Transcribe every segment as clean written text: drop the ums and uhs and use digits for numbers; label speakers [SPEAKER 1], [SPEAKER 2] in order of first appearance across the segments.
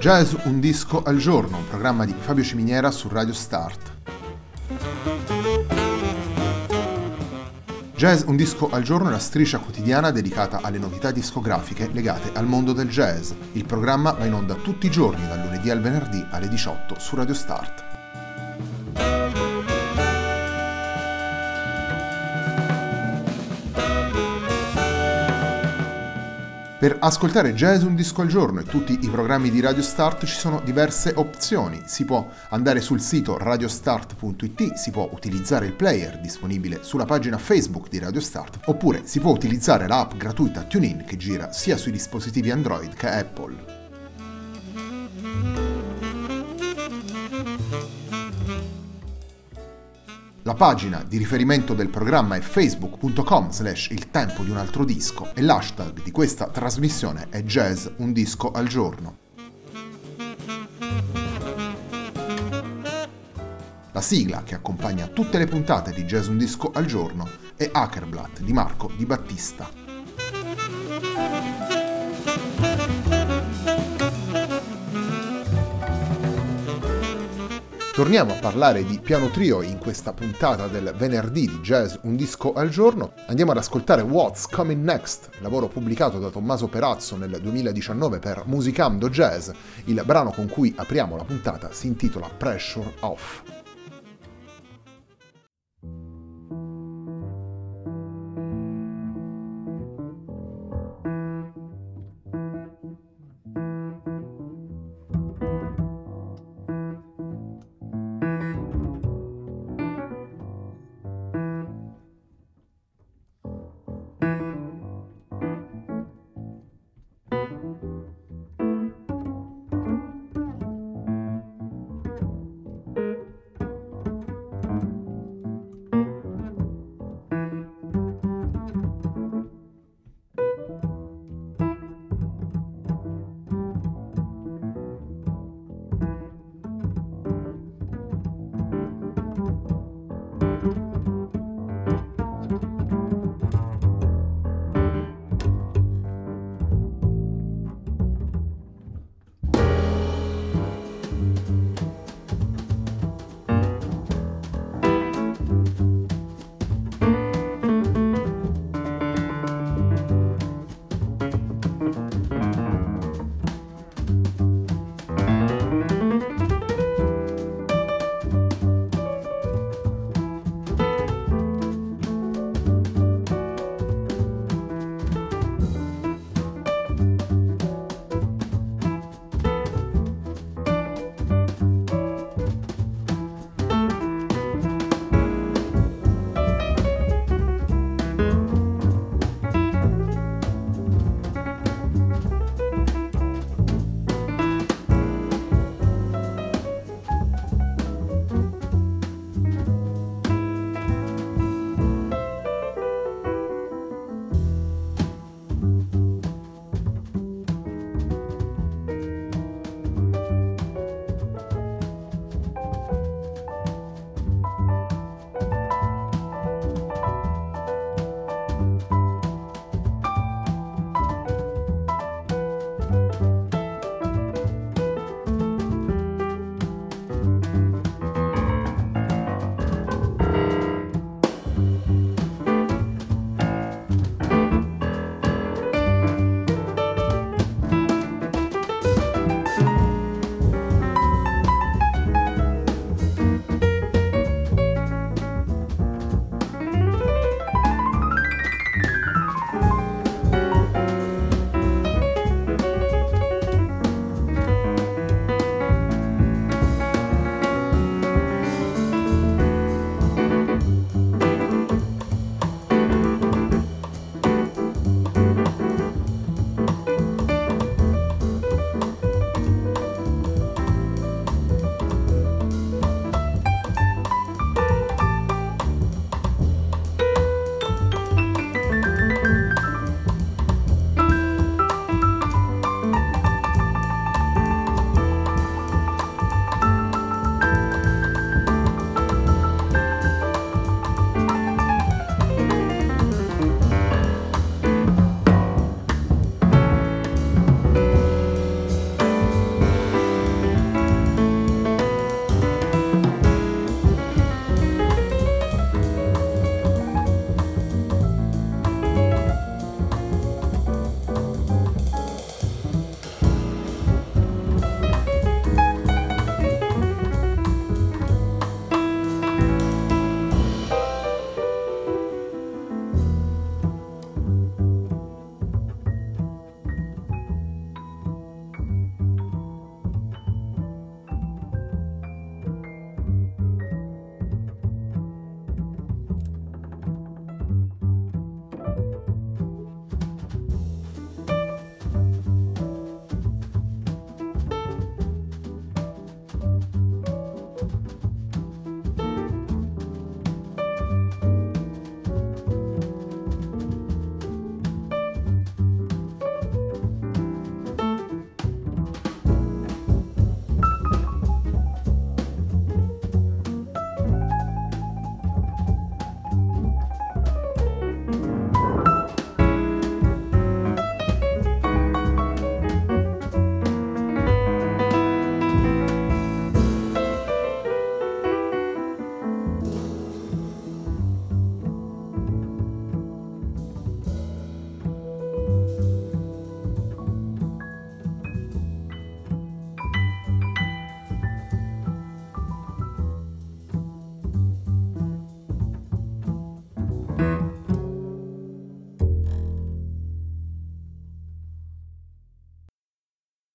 [SPEAKER 1] Jazz un disco al giorno, un programma di Fabio Ciminiera su Radio Start. Jazz un disco al giorno è la striscia quotidiana dedicata alle novità discografiche legate al mondo del jazz. Il programma va in onda tutti i giorni, dal lunedì al venerdì alle 18 su Radio Start. Per ascoltare Jazz un disco al giorno e tutti i programmi di Radio Start ci sono diverse opzioni. Si può andare sul sito radiostart.it, si può utilizzare il player disponibile sulla pagina Facebook di Radio Start, oppure si può utilizzare l'app gratuita TuneIn che gira sia sui dispositivi Android che Apple. La pagina di riferimento del programma è facebook.com/il tempo di un altro disco e l'hashtag di questa trasmissione è Jazz un disco al giorno. La sigla che accompagna tutte le puntate di Jazz un disco al giorno è Hackerblatt di Marco Di Battista. Torniamo a parlare di piano trio in questa puntata del venerdì di Jazz un disco al giorno. Andiamo ad ascoltare What's Coming Next, lavoro pubblicato da Tommaso Perazzo nel 2019 per Musicando Jazz. Il brano con cui apriamo la puntata si intitola Pressure Off.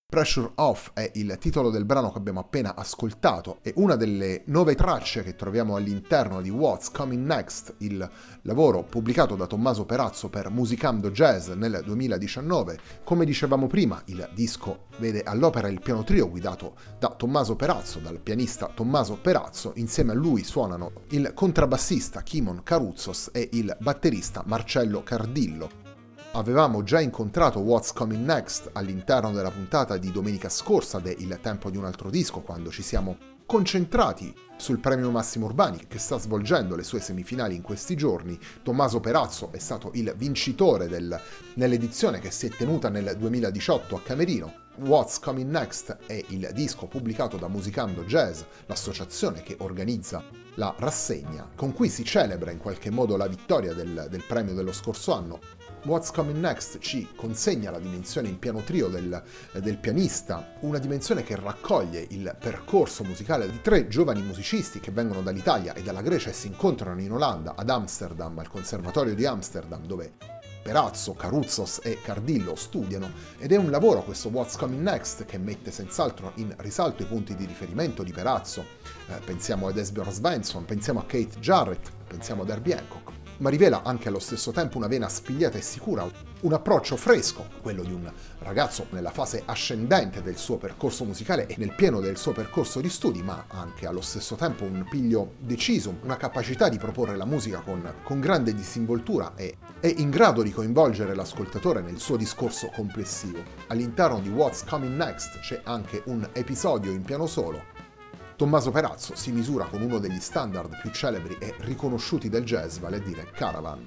[SPEAKER 1] Pressure Off è il titolo del brano che abbiamo appena ascoltato, è una delle 9 tracce che troviamo all'interno di What's Coming Next, il lavoro pubblicato da Tommaso Perazzo per Musicando Jazz nel 2019. Come dicevamo prima, il disco vede all'opera il piano trio guidato da Tommaso Perazzo, dal pianista Tommaso Perazzo. Insieme a lui suonano il contrabbassista Kimon Karoutsos e il batterista Marcello Cardillo. Avevamo già incontrato What's Coming Next all'interno della puntata di domenica scorsa de Il tempo di un altro disco, quando ci siamo concentrati sul premio Massimo Urbani che sta svolgendo le sue semifinali in questi giorni. Tommaso Perazzo è stato il vincitore nell'edizione che si è tenuta nel 2018 a Camerino. What's Coming Next è il disco pubblicato da Musicando Jazz, l'associazione che organizza la rassegna, con cui si celebra in qualche modo la vittoria del premio dello scorso anno. What's Coming Next ci consegna la dimensione in piano trio del pianista, una dimensione che raccoglie il percorso musicale di 3 giovani musicisti che vengono dall'Italia e dalla Grecia e si incontrano in Olanda, ad Amsterdam, al Conservatorio di Amsterdam, dove Perazzo, Karoutsos e Cardillo studiano, ed è un lavoro, questo What's Coming Next, che mette senz'altro in risalto i punti di riferimento di Perazzo. Pensiamo ad Esbjörn Svensson, pensiamo a Kate Jarrett, pensiamo ad Herbie Hancock, ma rivela anche allo stesso tempo una vena spigliata e sicura, un approccio fresco, quello di un ragazzo nella fase ascendente del suo percorso musicale e nel pieno del suo percorso di studi, ma anche allo stesso tempo un piglio deciso, una capacità di proporre la musica con grande disinvoltura e è in grado di coinvolgere l'ascoltatore nel suo discorso complessivo. All'interno di What's Coming Next c'è anche un episodio in piano solo. Tommaso Perazzo si misura con uno degli standard più celebri e riconosciuti del jazz, vale a dire Caravan.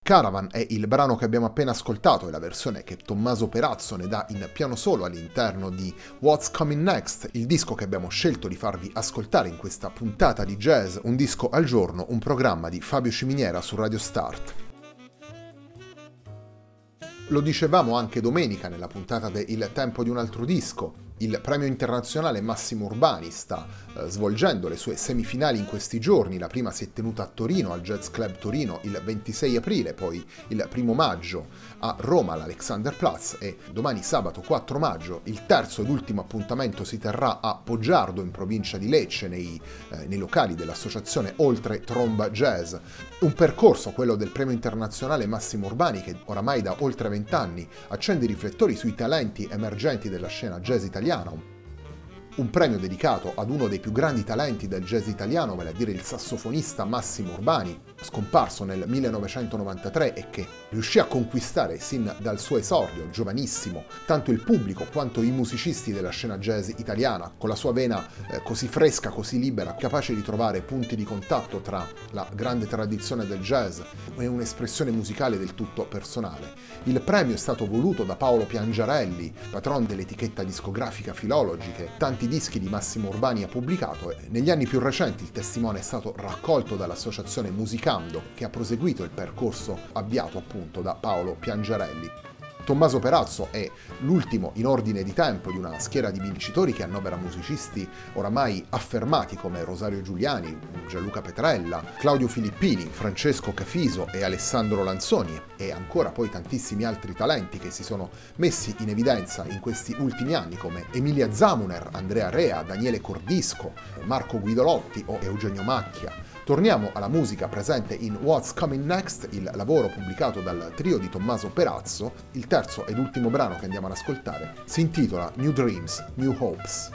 [SPEAKER 1] Caravan è il brano che abbiamo appena ascoltato, è la versione che Tommaso Perazzo ne dà in piano solo all'interno di What's Coming Next, il disco che abbiamo scelto di farvi ascoltare in questa puntata di Jazz, un disco al giorno, un programma di Fabio Ciminiera su Radio Start. Lo dicevamo anche domenica nella puntata de Il tempo di un altro disco. Il premio internazionale Massimo Urbani sta svolgendo le sue semifinali in questi giorni. La prima si è tenuta a Torino, al Jazz Club Torino, il 26 aprile, poi il 1 maggio a Roma, all'Alexanderplatz, e domani sabato 4 maggio il terzo ed ultimo appuntamento si terrà a Poggiardo, in provincia di Lecce, nei locali dell'associazione Oltre Tromba Jazz. Un percorso, quello del premio internazionale Massimo Urbani, che oramai da oltre 20 anni accende i riflettori sui talenti emergenti della scena jazz italiana. Un premio dedicato ad uno dei più grandi talenti del jazz italiano, vale a dire il sassofonista Massimo Urbani, scomparso nel 1993 e che riuscì a conquistare sin dal suo esordio, giovanissimo, tanto il pubblico quanto i musicisti della scena jazz italiana, con la sua vena così fresca, così libera, capace di trovare punti di contatto tra la grande tradizione del jazz e un'espressione musicale del tutto personale. Il premio è stato voluto da Paolo Piangiarelli, patron dell'etichetta discografica Filology, che tanti dischi di Massimo Urbani ha pubblicato, e negli anni più recenti il testimone è stato raccolto dall'associazione Musicando, che ha proseguito il percorso avviato appunto da Paolo Piangiarelli. Tommaso Perazzo è l'ultimo in ordine di tempo di una schiera di vincitori che annovera musicisti oramai affermati come Rosario Giuliani, Gianluca Petrella, Claudio Filippini, Francesco Cafiso e Alessandro Lanzoni, e ancora poi tantissimi altri talenti che si sono messi in evidenza in questi ultimi anni come Emilia Zamuner, Andrea Rea, Daniele Cordisco, Marco Guidolotti o Eugenio Macchia. Torniamo alla musica presente in What's Coming Next, il lavoro pubblicato dal trio di Tommaso Perazzo. Il terzo ed ultimo brano che andiamo ad ascoltare si intitola New Dreams, New Hopes.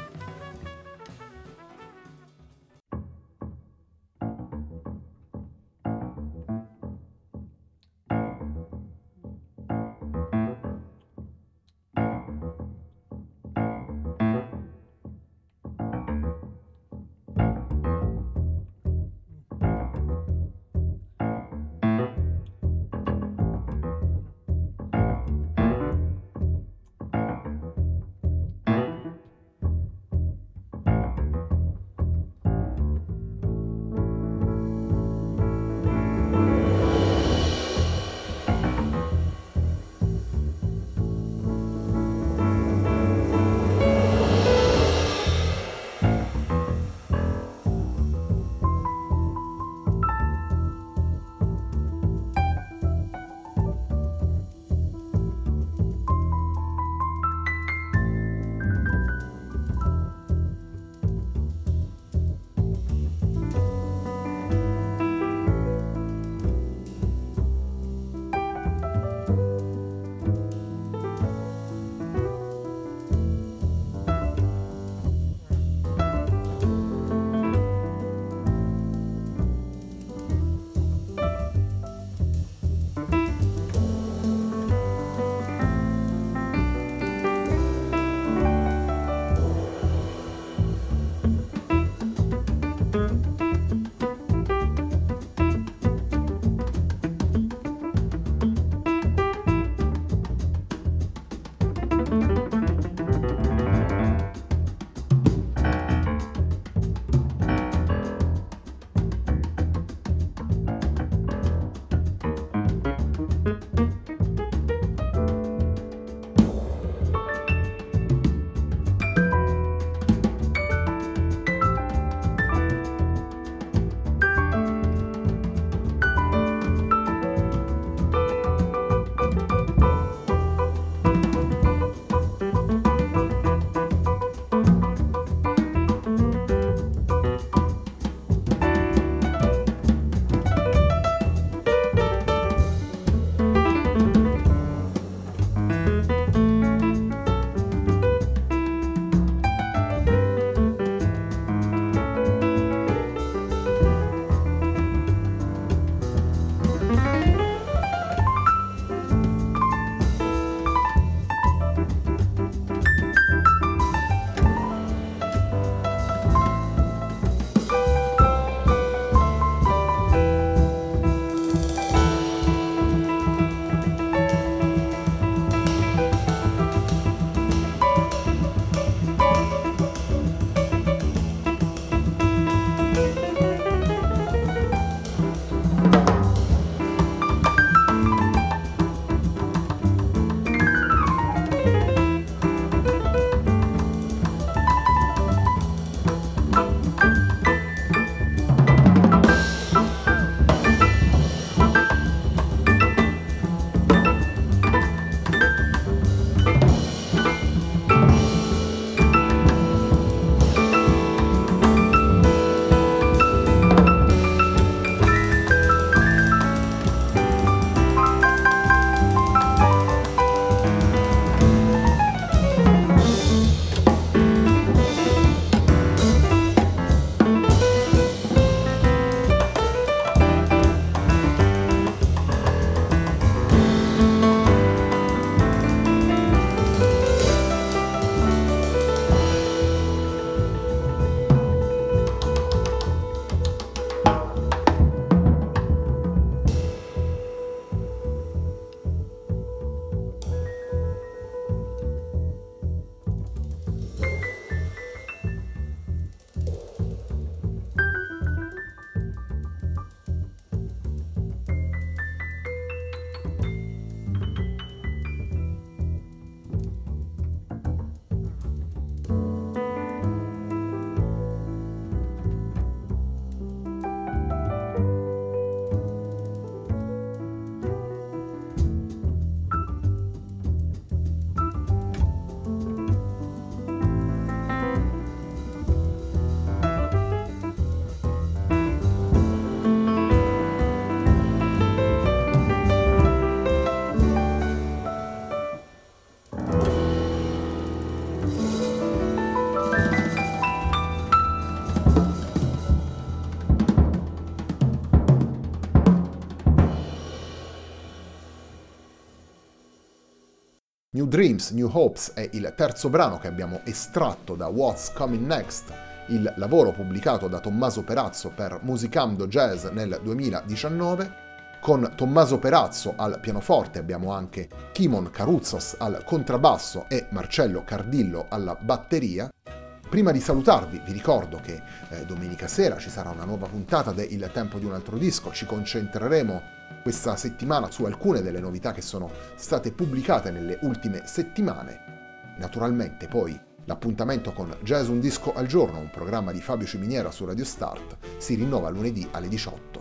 [SPEAKER 1] New Dreams, New Hopes è il terzo brano che abbiamo estratto da What's Coming Next, il lavoro pubblicato da Tommaso Perazzo per Musicando Jazz nel 2019. Con Tommaso Perazzo al pianoforte abbiamo anche Kimon Karoutsas al contrabbasso e Marcello Cardillo alla batteria. Prima di salutarvi vi ricordo che domenica sera ci sarà una nuova puntata de Il tempo di un altro disco, ci concentreremo questa settimana su alcune delle novità che sono state pubblicate nelle ultime settimane. Naturalmente poi l'appuntamento con Jazz Un Disco al Giorno, un programma di Fabio Ciminiera su Radio Start, si rinnova lunedì alle 18.